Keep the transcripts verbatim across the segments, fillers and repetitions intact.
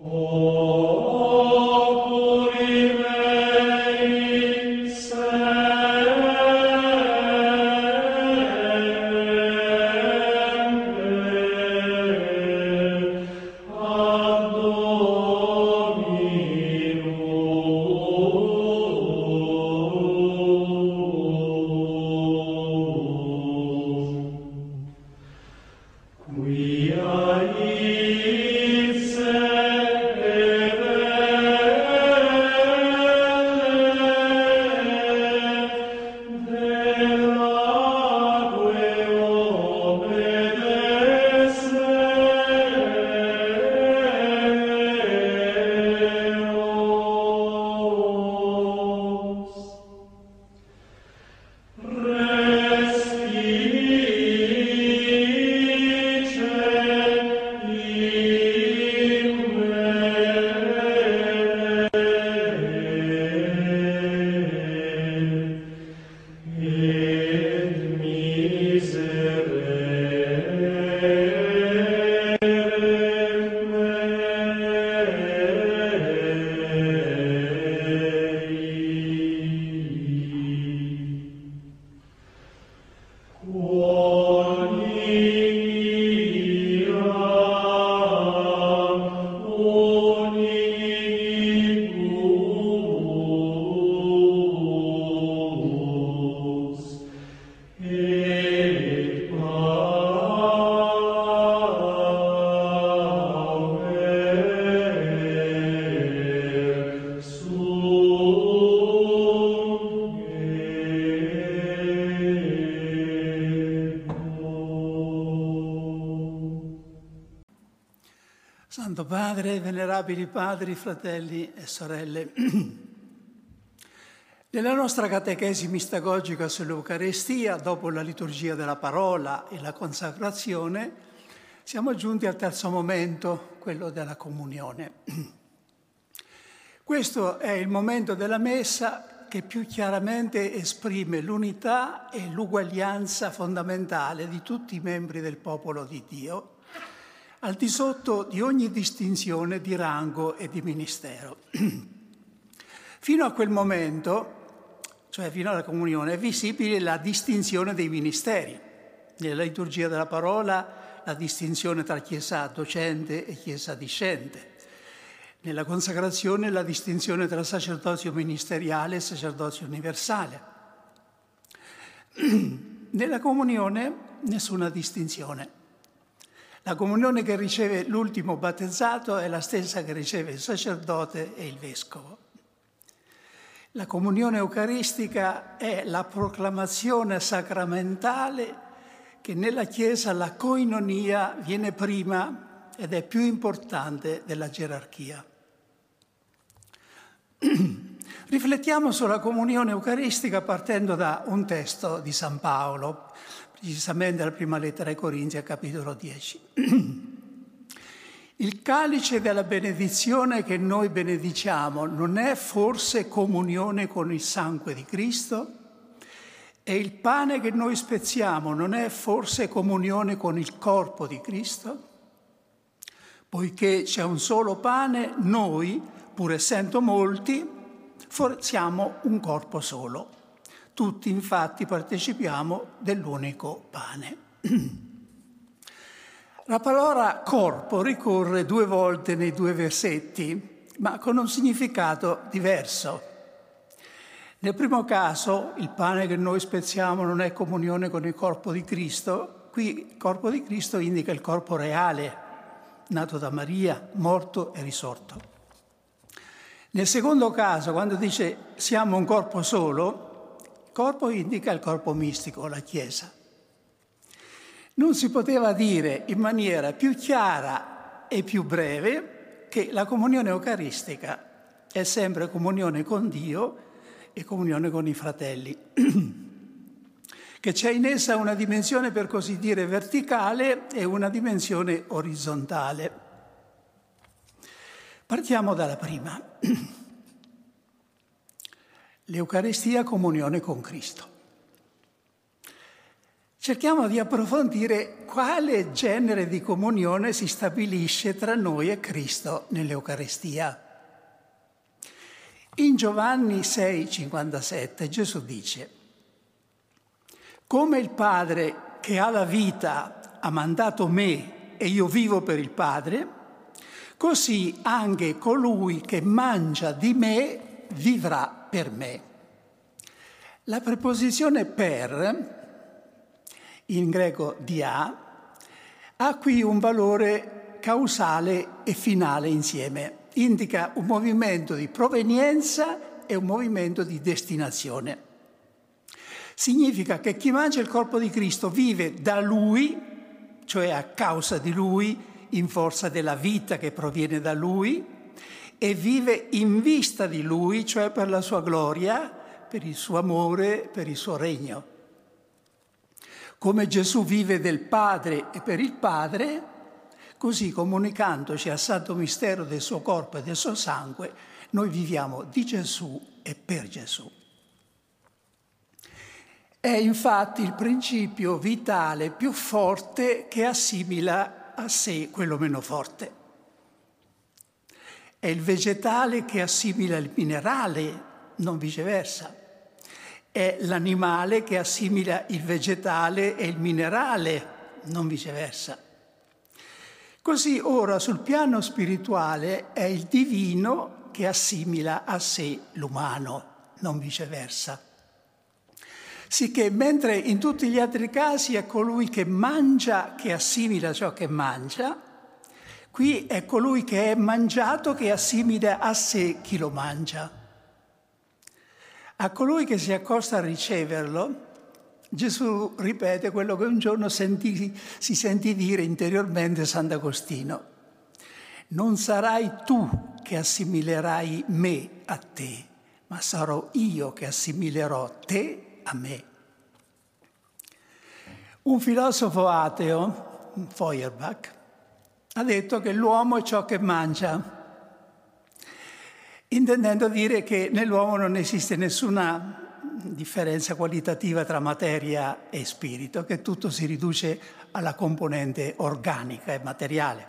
Santo Padre, venerabili padri, fratelli e sorelle, nella nostra catechesi mistagogica sull'Eucaristia, dopo la liturgia della parola e la consacrazione, siamo giunti al terzo momento, quello della comunione. Questo è il momento della Messa che più chiaramente esprime l'unità e l'uguaglianza fondamentale di tutti i membri del popolo di Dio, al di sotto di ogni distinzione di rango e di ministero. Fino a quel momento, cioè fino alla comunione, è visibile la distinzione dei ministeri. Nella liturgia della parola la distinzione tra chiesa docente e chiesa discente. Nella consacrazione la distinzione tra sacerdozio ministeriale e sacerdozio universale. Nella comunione nessuna distinzione. La comunione che riceve l'ultimo battezzato è la stessa che riceve il sacerdote e il vescovo. La comunione eucaristica è la proclamazione sacramentale che nella Chiesa la koinonia viene prima ed è più importante della gerarchia. Riflettiamo sulla comunione eucaristica partendo da un testo di San Paolo, precisamente dalla prima lettera ai Corinzi, al capitolo dieci. Il calice della benedizione che noi benediciamo non è forse comunione con il sangue di Cristo? E il pane che noi spezziamo non è forse comunione con il corpo di Cristo? Poiché c'è un solo pane, noi, pur essendo molti, siamo un corpo solo. Tutti infatti partecipiamo dell'unico pane. La parola corpo ricorre due volte nei due versetti, ma con un significato diverso. Nel primo caso, il pane che noi spezziamo non è comunione con il corpo di Cristo. Qui il corpo di Cristo indica il corpo reale, nato da Maria, morto e risorto. Nel secondo caso, quando dice siamo un corpo solo, corpo indica il corpo mistico, la Chiesa. Non si poteva dire in maniera più chiara e più breve che la comunione eucaristica è sempre comunione con Dio e comunione con i fratelli. Che c'è in essa una dimensione, per così dire, verticale e una dimensione orizzontale. Partiamo dalla prima. L'Eucaristia, comunione con Cristo. cerchiamo di approfondire quale genere di comunione si stabilisce tra noi e Cristo nell'Eucaristia. In Giovanni sei cinquantasette Gesù dice: come il Padre che ha la vita ha mandato me e io vivo per il Padre, così anche colui che mangia di me vivrà per me. La preposizione per, in greco dia, ha qui un valore causale e finale insieme. Indica un movimento di provenienza e un movimento di destinazione. Significa che chi mangia il corpo di Cristo vive da Lui, cioè a causa di Lui, in forza della vita che proviene da Lui, e vive in vista di Lui, cioè per la sua gloria, per il suo amore, per il suo regno. Come Gesù vive del Padre e per il Padre, così comunicandoci al santo mistero del suo corpo e del suo sangue, noi viviamo di Gesù e per Gesù. È infatti il principio vitale più forte che assimila a sé quello meno forte. È il vegetale che assimila il minerale, non viceversa. È l'animale che assimila il vegetale e il minerale, non viceversa. Così ora sul piano spirituale è il divino che assimila a sé l'umano, non viceversa. Sicché mentre in tutti gli altri casi è colui che mangia che assimila ciò che mangia, qui è colui che è mangiato che assimila a sé chi lo mangia. A colui che si accosta a riceverlo, Gesù ripete quello che un giorno sentì, si sentì dire interiormente Sant'Agostino: non sarai tu che assimilerai me a te, ma sarò io che assimilerò te a me. Un filosofo ateo, Feuerbach, ha detto che l'uomo è ciò che mangia, intendendo dire che nell'uomo non esiste nessuna differenza qualitativa tra materia e spirito, che tutto si riduce alla componente organica e materiale.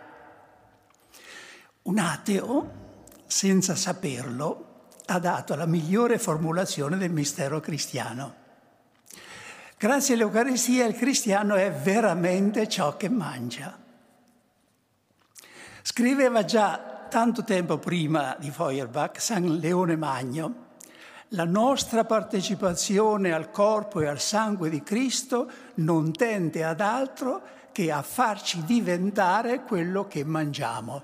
Un ateo, senza saperlo, ha dato la migliore formulazione del mistero cristiano. Grazie all'Eucaristia il cristiano è veramente ciò che mangia. Scriveva già tanto tempo prima di Feuerbach San Leone Magno: la nostra partecipazione al corpo e al sangue di Cristo non tende ad altro che a farci diventare quello che mangiamo.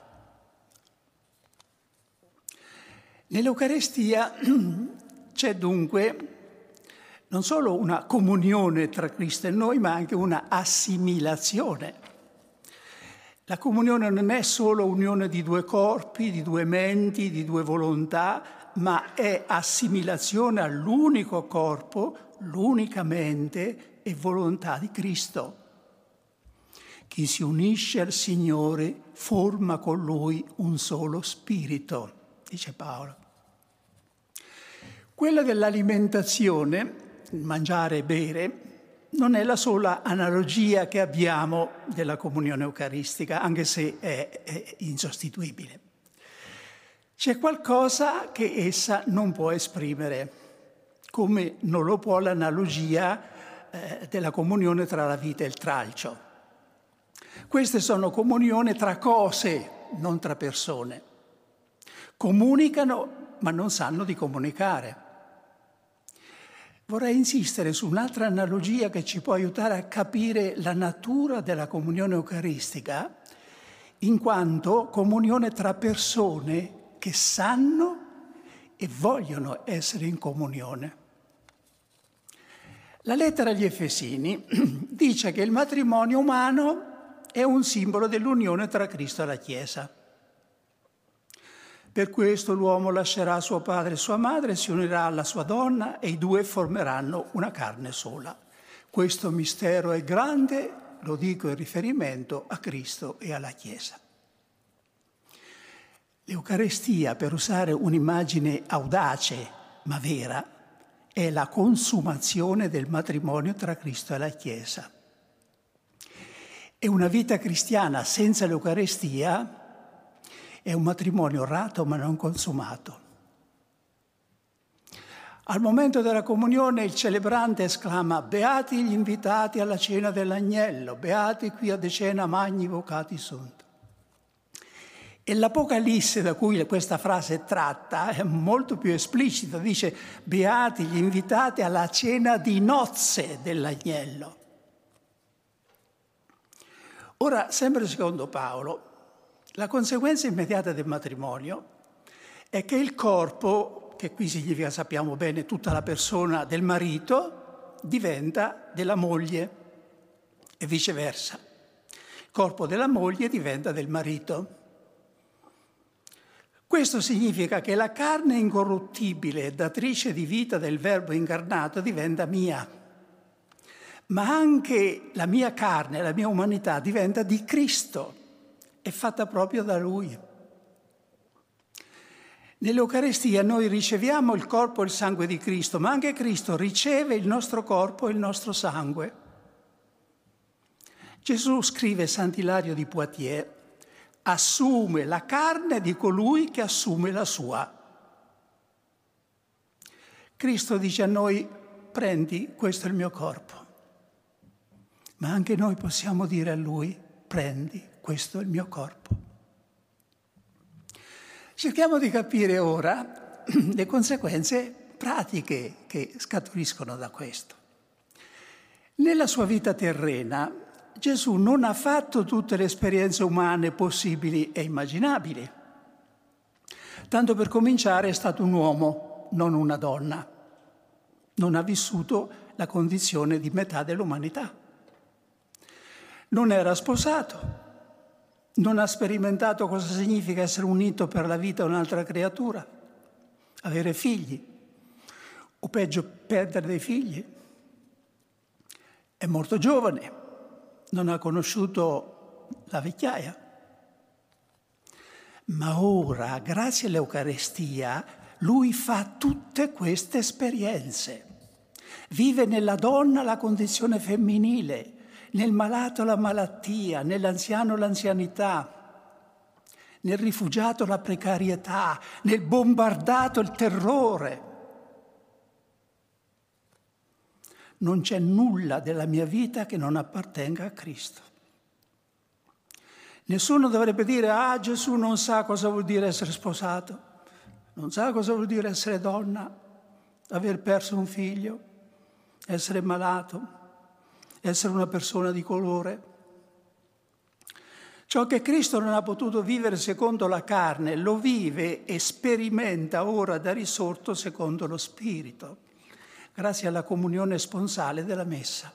Nell'Eucaristia c'è dunque non solo una comunione tra Cristo e noi, ma anche una assimilazione. La comunione non è solo unione di due corpi, di due menti, di due volontà, ma è assimilazione all'unico corpo, l'unica mente e volontà di Cristo. Chi si unisce al Signore forma con Lui un solo spirito, dice Paolo. Quella dell'alimentazione, mangiare e bere, non è la sola analogia che abbiamo della comunione eucaristica, anche se è, è insostituibile. C'è qualcosa che essa non può esprimere, come non lo può l'analogia eh, della comunione tra la vita e il tralcio. Queste sono comunioni tra cose, non tra persone. Comunicano, ma non sanno di comunicare. Vorrei insistere su un'altra analogia che ci può aiutare a capire la natura della comunione eucaristica, in quanto comunione tra persone che sanno e vogliono essere in comunione. La lettera agli Efesini dice che il matrimonio umano è un simbolo dell'unione tra Cristo e la Chiesa. Per questo l'uomo lascerà suo padre e sua madre, si unirà alla sua donna e i due formeranno una carne sola. Questo mistero è grande, lo dico in riferimento a Cristo e alla Chiesa. L'Eucaristia, per usare un'immagine audace ma vera, è la consumazione del matrimonio tra Cristo e la Chiesa. E una vita cristiana senza l'Eucarestia è un matrimonio rato ma non consumato. Al momento della comunione il celebrante esclama: beati gli invitati alla cena dell'agnello, beati qui ad cena magni vocati sunt. E l'Apocalisse da cui questa frase è tratta è molto più esplicita, dice: beati gli invitati alla cena di nozze dell'agnello. Ora, sempre secondo Paolo, la conseguenza immediata del matrimonio è che il corpo, che qui significa, sappiamo bene, tutta la persona del marito, diventa della moglie e viceversa. Il corpo della moglie diventa del marito. Questo significa che la carne incorruttibile e datrice di vita del Verbo incarnato diventa mia. Ma anche la mia carne, la mia umanità diventa di Cristo, è fatta proprio da Lui. Nell'Eucarestia noi riceviamo il corpo e il sangue di Cristo, ma anche Cristo riceve il nostro corpo e il nostro sangue. Gesù, scrive Sant'Ilario di Poitiers, assume la carne di colui che assume la sua. Cristo dice a noi: prendi, questo è il mio corpo. Ma anche noi possiamo dire a Lui: prendi, questo è il mio corpo. Cerchiamo di capire ora le conseguenze pratiche che scaturiscono da questo. Nella sua vita terrena, Gesù non ha fatto tutte le esperienze umane possibili e immaginabili. Tanto per cominciare è stato un uomo, non una donna. Non ha vissuto la condizione di metà dell'umanità. Non era sposato, non ha sperimentato cosa significa essere unito per la vita a un'altra creatura, avere figli, o peggio perdere dei figli. È morto giovane, non ha conosciuto la vecchiaia. Ma ora, grazie all'Eucarestia, lui fa tutte queste esperienze. Vive nella donna la condizione femminile, nel malato la malattia, nell'anziano l'anzianità, nel rifugiato la precarietà, nel bombardato il terrore. Non c'è nulla della mia vita che non appartenga a Cristo. Nessuno dovrebbe dire: ah, Gesù non sa cosa vuol dire essere sposato, non sa cosa vuol dire essere donna, aver perso un figlio, essere malato, essere una persona di colore. Ciò che Cristo non ha potuto vivere secondo la carne, lo vive e sperimenta ora da risorto secondo lo Spirito, grazie alla comunione sponsale della Messa.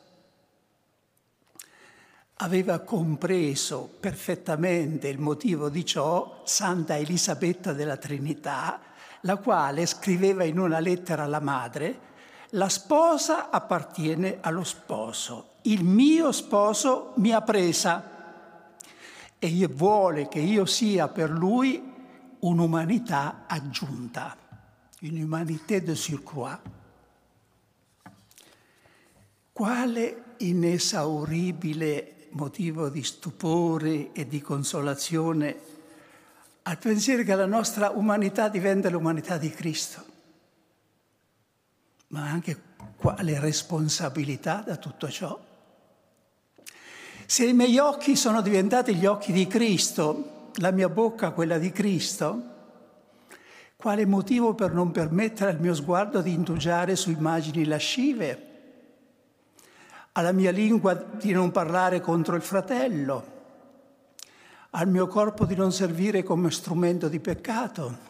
Aveva compreso perfettamente il motivo di ciò Santa Elisabetta della Trinità, la quale scriveva in una lettera alla madre: la sposa appartiene allo sposo, il mio sposo mi ha presa e vuole che io sia per lui un'umanità aggiunta, un'humanité de surcroît. Quale inesauribile motivo di stupore e di consolazione al pensiero che la nostra umanità diventa l'umanità di Cristo. Ma anche quale responsabilità da tutto ciò. Se i miei occhi sono diventati gli occhi di Cristo, la mia bocca quella di Cristo, quale motivo per non permettere al mio sguardo di indugiare su immagini lascive, alla mia lingua di non parlare contro il fratello, al mio corpo di non servire come strumento di peccato?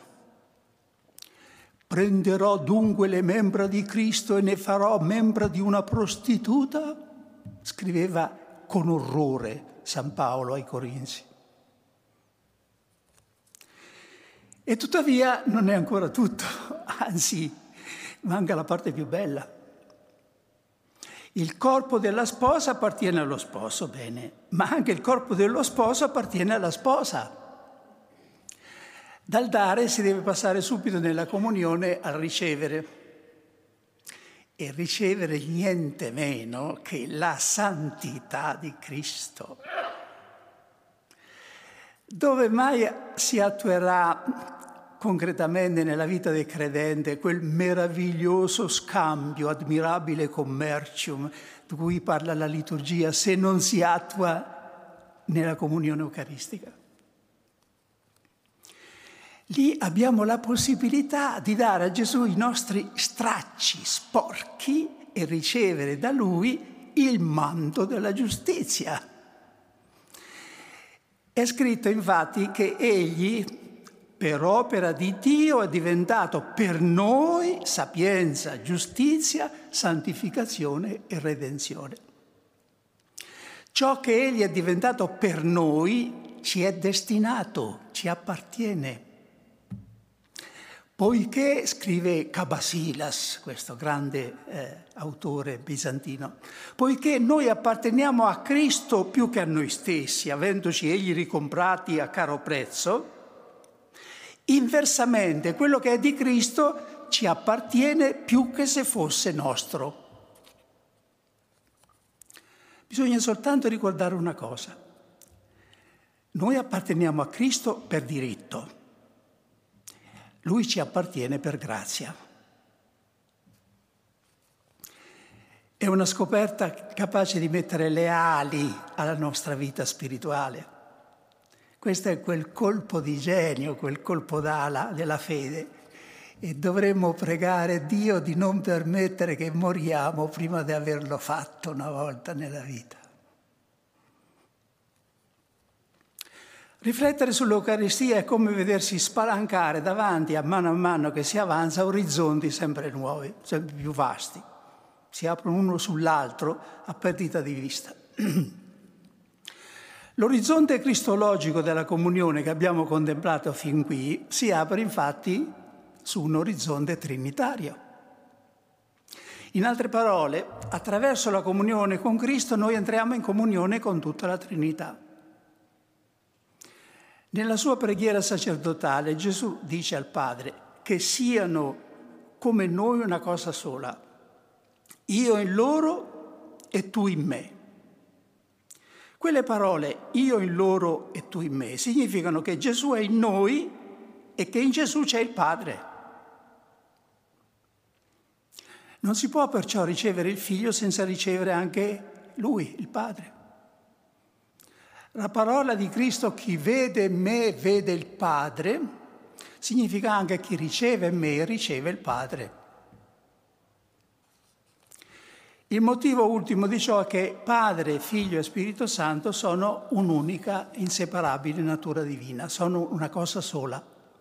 Prenderò dunque le membra di Cristo e ne farò membra di una prostituta? Scriveva con orrore San Paolo ai Corinzi. E tuttavia non è ancora tutto, anzi, manca la parte più bella. Il corpo della sposa appartiene allo sposo, bene, ma anche il corpo dello sposo appartiene alla sposa. Dal dare si deve passare subito nella comunione al ricevere. E ricevere niente meno che la santità di Cristo. Dove mai si attuerà concretamente nella vita del credente quel meraviglioso scambio, admirabile commercium di cui parla la liturgia, se non si attua nella comunione eucaristica? Lì abbiamo la possibilità di dare a Gesù i nostri stracci sporchi e ricevere da Lui il manto della giustizia. È scritto infatti che Egli, per opera di Dio, è diventato per noi sapienza, giustizia, santificazione e redenzione. Ciò che Egli è diventato per noi ci è destinato, ci appartiene. Poiché, scrive Cabasilas, questo grande eh, autore bizantino, poiché noi apparteniamo a Cristo più che a noi stessi, avendoci egli ricomprati a caro prezzo, inversamente quello che è di Cristo ci appartiene più che se fosse nostro. Bisogna soltanto ricordare una cosa: noi apparteniamo a Cristo per diritto. Lui ci appartiene per grazia. È una scoperta capace di mettere le ali alla nostra vita spirituale. Questo è quel colpo di genio, quel colpo d'ala della fede. E dovremmo pregare Dio di non permettere che moriamo prima di averlo fatto una volta nella vita. Riflettere sull'Eucaristia è come vedersi spalancare davanti, a mano a mano che si avanza, orizzonti sempre nuovi, sempre più vasti. Si aprono uno sull'altro a perdita di vista. L'orizzonte cristologico della comunione che abbiamo contemplato fin qui si apre infatti su un orizzonte trinitario. In altre parole, attraverso la comunione con Cristo noi entriamo in comunione con tutta la Trinità. Nella sua preghiera sacerdotale Gesù dice al Padre che siano come noi una cosa sola, io in loro e tu in me. Quelle parole, io in loro e tu in me, significano che Gesù è in noi e che in Gesù c'è il Padre. Non si può perciò ricevere il Figlio senza ricevere anche Lui, il Padre. La parola di Cristo, chi vede me vede il Padre, significa anche chi riceve me riceve il Padre. Il motivo ultimo di ciò è che Padre, Figlio e Spirito Santo sono un'unica, inseparabile natura divina, sono una cosa sola.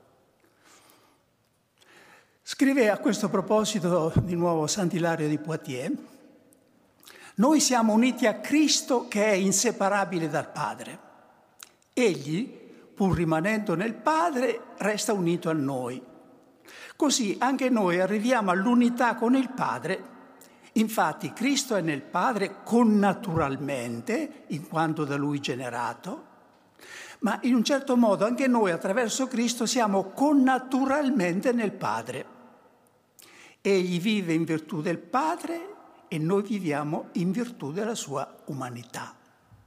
Scrive a questo proposito di nuovo Sant'Ilario di Poitiers: noi siamo uniti a Cristo che è inseparabile dal Padre. Egli, pur rimanendo nel Padre, resta unito a noi. Così anche noi arriviamo all'unità con il Padre. Infatti Cristo è nel Padre connaturalmente, in quanto da Lui generato, ma in un certo modo anche noi attraverso Cristo siamo connaturalmente nel Padre. Egli vive in virtù del Padre e noi viviamo in virtù della sua umanità.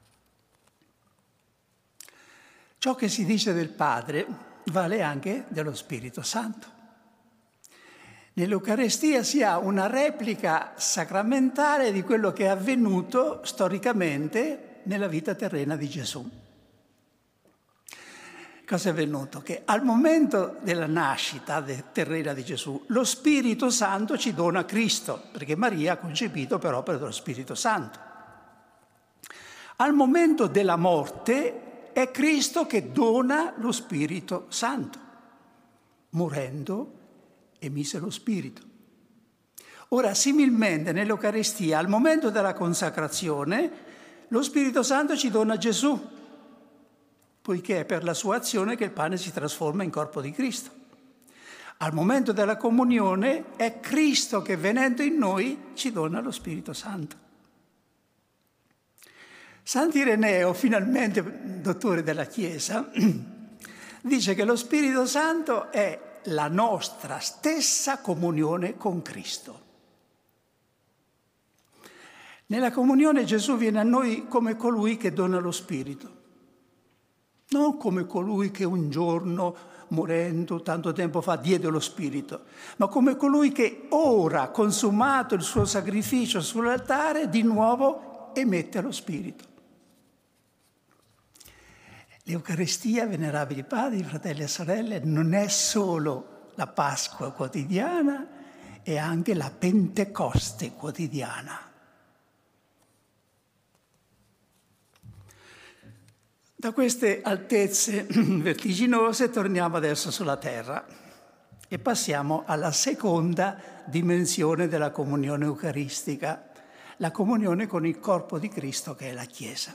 Ciò che si dice del Padre vale anche dello Spirito Santo. Nell'Eucaristia si ha una replica sacramentale di quello che è avvenuto storicamente nella vita terrena di Gesù. Cosa è avvenuto? Che al momento della nascita terrena di Gesù, lo Spirito Santo ci dona Cristo, perché Maria ha concepito per opera dello Spirito Santo. Al momento della morte è Cristo che dona lo Spirito Santo, morendo emise lo Spirito. Ora, similmente nell'Eucaristia, al momento della consacrazione, lo Spirito Santo ci dona Gesù, poiché è per la sua azione che il pane si trasforma in corpo di Cristo. Al momento della comunione è Cristo che, venendo in noi, ci dona lo Spirito Santo. Sant'Ireneo, finalmente dottore della Chiesa, dice che lo Spirito Santo è la nostra stessa comunione con Cristo. Nella comunione Gesù viene a noi come colui che dona lo Spirito. non come colui che un giorno, morendo tanto tempo fa, diede lo Spirito, ma come colui che ora, consumato il suo sacrificio sull'altare, di nuovo emette lo Spirito. L'Eucaristia, venerabili padri, fratelli e sorelle, non è solo la Pasqua quotidiana, è anche la Pentecoste quotidiana. Da queste altezze vertiginose torniamo adesso sulla terra e passiamo alla seconda dimensione della comunione eucaristica, la comunione con il corpo di Cristo che è la Chiesa.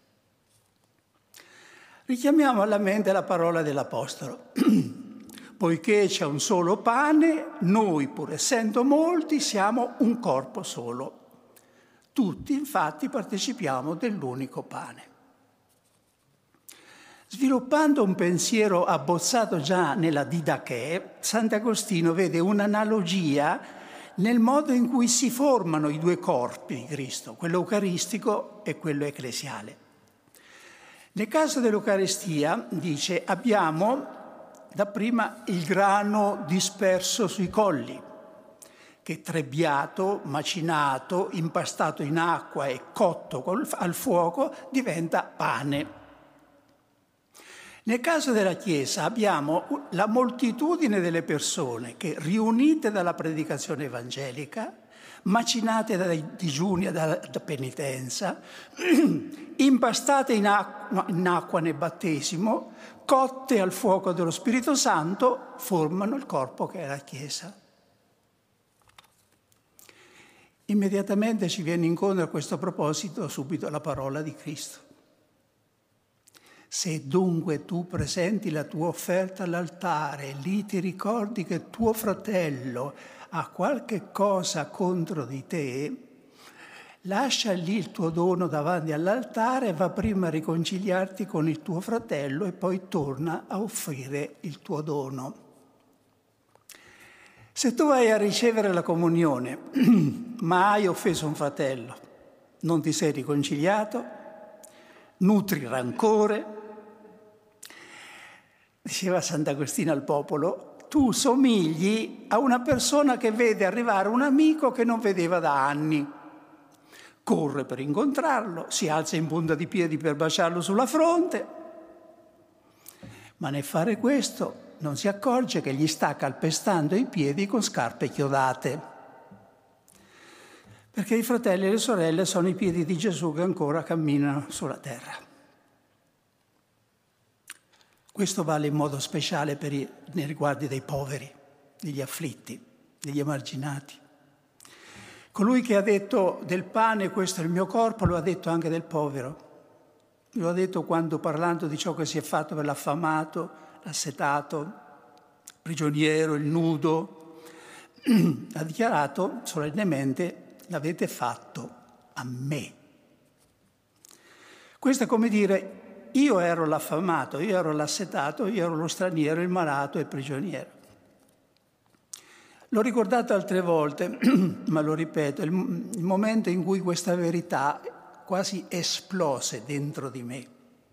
Richiamiamo alla mente la parola dell'Apostolo. Poiché c'è un solo pane, noi, pur essendo molti, siamo un corpo solo. Tutti, infatti, partecipiamo dell'unico pane. Sviluppando un pensiero abbozzato già nella Didache, Sant'Agostino vede un'analogia nel modo in cui si formano i due corpi di Cristo, quello eucaristico e quello ecclesiale. Nel caso dell'Eucaristia, dice, abbiamo dapprima il grano disperso sui colli, che trebbiato, macinato, impastato in acqua e cotto col, al fuoco diventa pane. Nel caso della Chiesa abbiamo la moltitudine delle persone che, riunite dalla predicazione evangelica, macinate dai digiuni e dalla penitenza, impastate in acqua, in acqua nel battesimo, cotte al fuoco dello Spirito Santo, formano il corpo che è la Chiesa. Immediatamente ci viene incontro a questo proposito subito la parola di Cristo. Se dunque tu presenti la tua offerta all'altare, lì ti ricordi che tuo fratello ha qualche cosa contro di te, lascia lì il tuo dono davanti all'altare, va prima a riconciliarti con il tuo fratello e poi torna a offrire il tuo dono. Se tu vai a ricevere la comunione, ma hai offeso un fratello, non ti sei riconciliato, nutri rancore, diceva Sant'Agostino al popolo, tu somigli a una persona che vede arrivare un amico che non vedeva da anni. Corre per incontrarlo, si alza in punta di piedi per baciarlo sulla fronte, ma nel fare questo non si accorge che gli sta calpestando i piedi con scarpe chiodate. Perché i fratelli e le sorelle sono i piedi di Gesù che ancora camminano sulla terra. Questo vale in modo speciale per i, nei riguardi dei poveri, degli afflitti, degli emarginati. Colui che ha detto del pane questo è il mio corpo, lo ha detto anche del povero. Lo ha detto quando, parlando di ciò che si è fatto per l'affamato, l'assetato, il prigioniero, il nudo, ha dichiarato solennemente: l'avete fatto a me. Questo è come dire: io ero l'affamato, io ero l'assetato, io ero lo straniero, il malato e il prigioniero. L'ho ricordato altre volte, ma lo ripeto, il, il momento in cui questa verità quasi esplose dentro di me.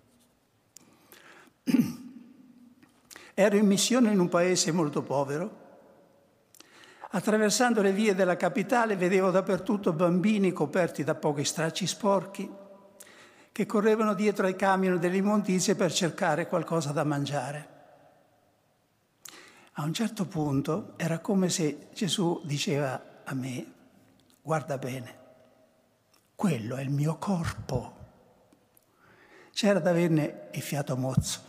Ero in missione in un paese molto povero. Attraversando le vie della capitale vedevo dappertutto bambini coperti da pochi stracci sporchi che correvano dietro ai camion delle immondizie per cercare qualcosa da mangiare. A un certo punto era come se Gesù diceva a me: guarda bene, quello è il mio corpo. C'era da averne il fiato mozzo.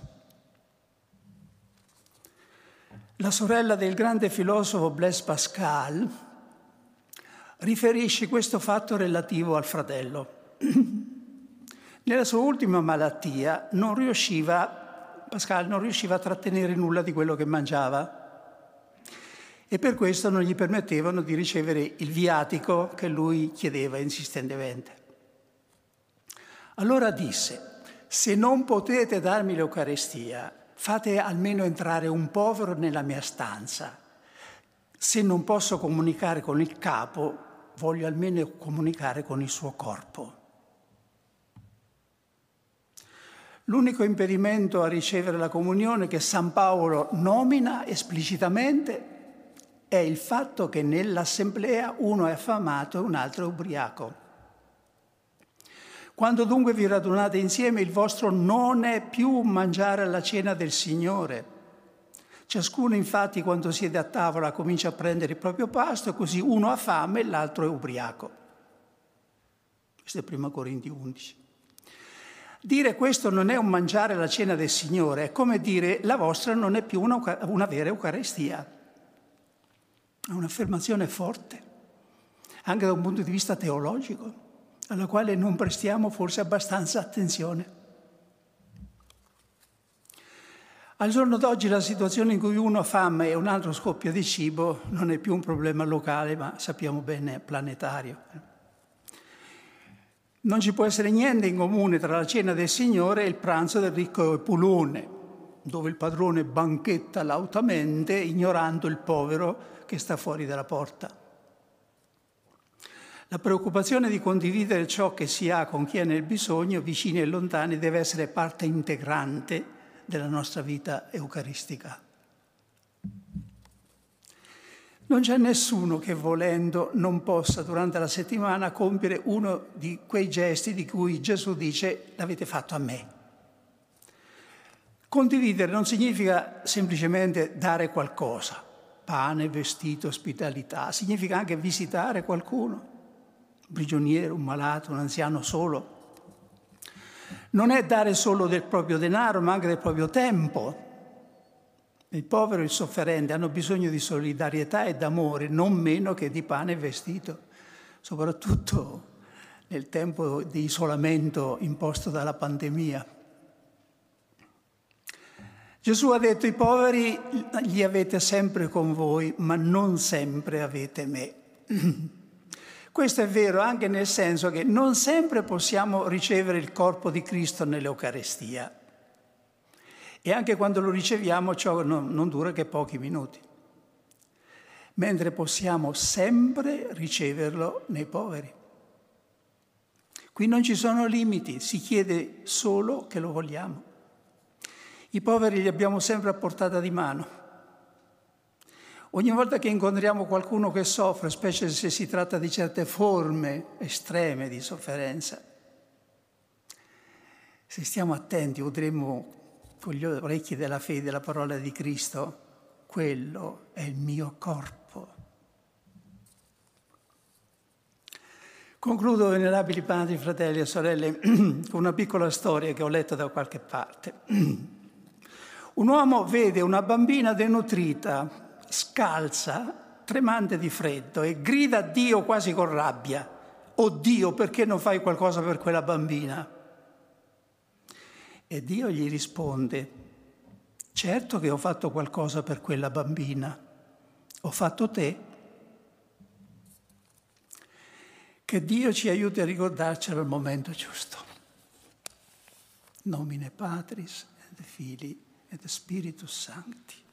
La sorella del grande filosofo Blaise Pascal riferisce questo fatto relativo al fratello. Nella sua ultima malattia non riusciva, Pascal non riusciva a trattenere nulla di quello che mangiava e per questo non gli permettevano di ricevere il viatico che lui chiedeva insistentemente. Allora disse: se non potete darmi l'Eucaristia, fate almeno entrare un povero nella mia stanza. Se non posso comunicare con il capo, voglio almeno comunicare con il suo corpo. L'unico impedimento a ricevere la comunione che San Paolo nomina esplicitamente è il fatto che nell'assemblea uno è affamato e un altro è ubriaco. Quando dunque vi radunate insieme, il vostro non è più mangiare alla cena del Signore. Ciascuno infatti quando siede a tavola comincia a prendere il proprio pasto e così uno ha fame e l'altro è ubriaco. Questo è primo Corinti undici. Dire questo non è un mangiare la cena del Signore, è come dire la vostra non è più una, una vera Eucaristia. È un'affermazione forte, anche da un punto di vista teologico, alla quale non prestiamo forse abbastanza attenzione. Al giorno d'oggi la situazione in cui uno ha fame e un altro scoppia di cibo non è più un problema locale, ma sappiamo bene planetario. Non ci può essere niente in comune tra la cena del Signore e il pranzo del ricco Epulone, dove il padrone banchetta lautamente ignorando il povero che sta fuori dalla porta. La preoccupazione di condividere ciò che si ha con chi è nel bisogno, vicini e lontani, deve essere parte integrante della nostra vita eucaristica. Non c'è nessuno che volendo non possa durante la settimana compiere uno di quei gesti di cui Gesù dice l'avete fatto a me. Condividere non significa semplicemente dare qualcosa, pane, vestito, ospitalità, significa anche visitare qualcuno, un prigioniero, un malato, un anziano solo. Non è dare solo del proprio denaro, ma anche del proprio tempo. Il povero e il sofferente hanno bisogno di solidarietà e d'amore, non meno che di pane e vestito, soprattutto nel tempo di isolamento imposto dalla pandemia. Gesù ha detto: i poveri li avete sempre con voi, ma non sempre avete me. Questo è vero anche nel senso che non sempre possiamo ricevere il corpo di Cristo nell'Eucaristia. E anche quando lo riceviamo ciò non, non dura che pochi minuti. Mentre possiamo sempre riceverlo nei poveri. Qui non ci sono limiti, si chiede solo che lo vogliamo. I poveri li abbiamo sempre a portata di mano. Ogni volta che incontriamo qualcuno che soffre, specie se si tratta di certe forme estreme di sofferenza, se stiamo attenti udremo con gli orecchi della fede la parola di Cristo: quello è il mio corpo. Concludo, venerabili padri, fratelli e sorelle, con una piccola storia che ho letto da qualche parte. Un uomo vede una bambina denutrita, scalza, tremante di freddo e grida a Dio quasi con rabbia: «Oh Dio, perché non fai qualcosa per quella bambina?» E Dio gli risponde: «Certo che ho fatto qualcosa per quella bambina, ho fatto te». Che Dio ci aiuti a ricordarcelo al momento giusto. Nomine Patris et Filii et Spiritus Sancti.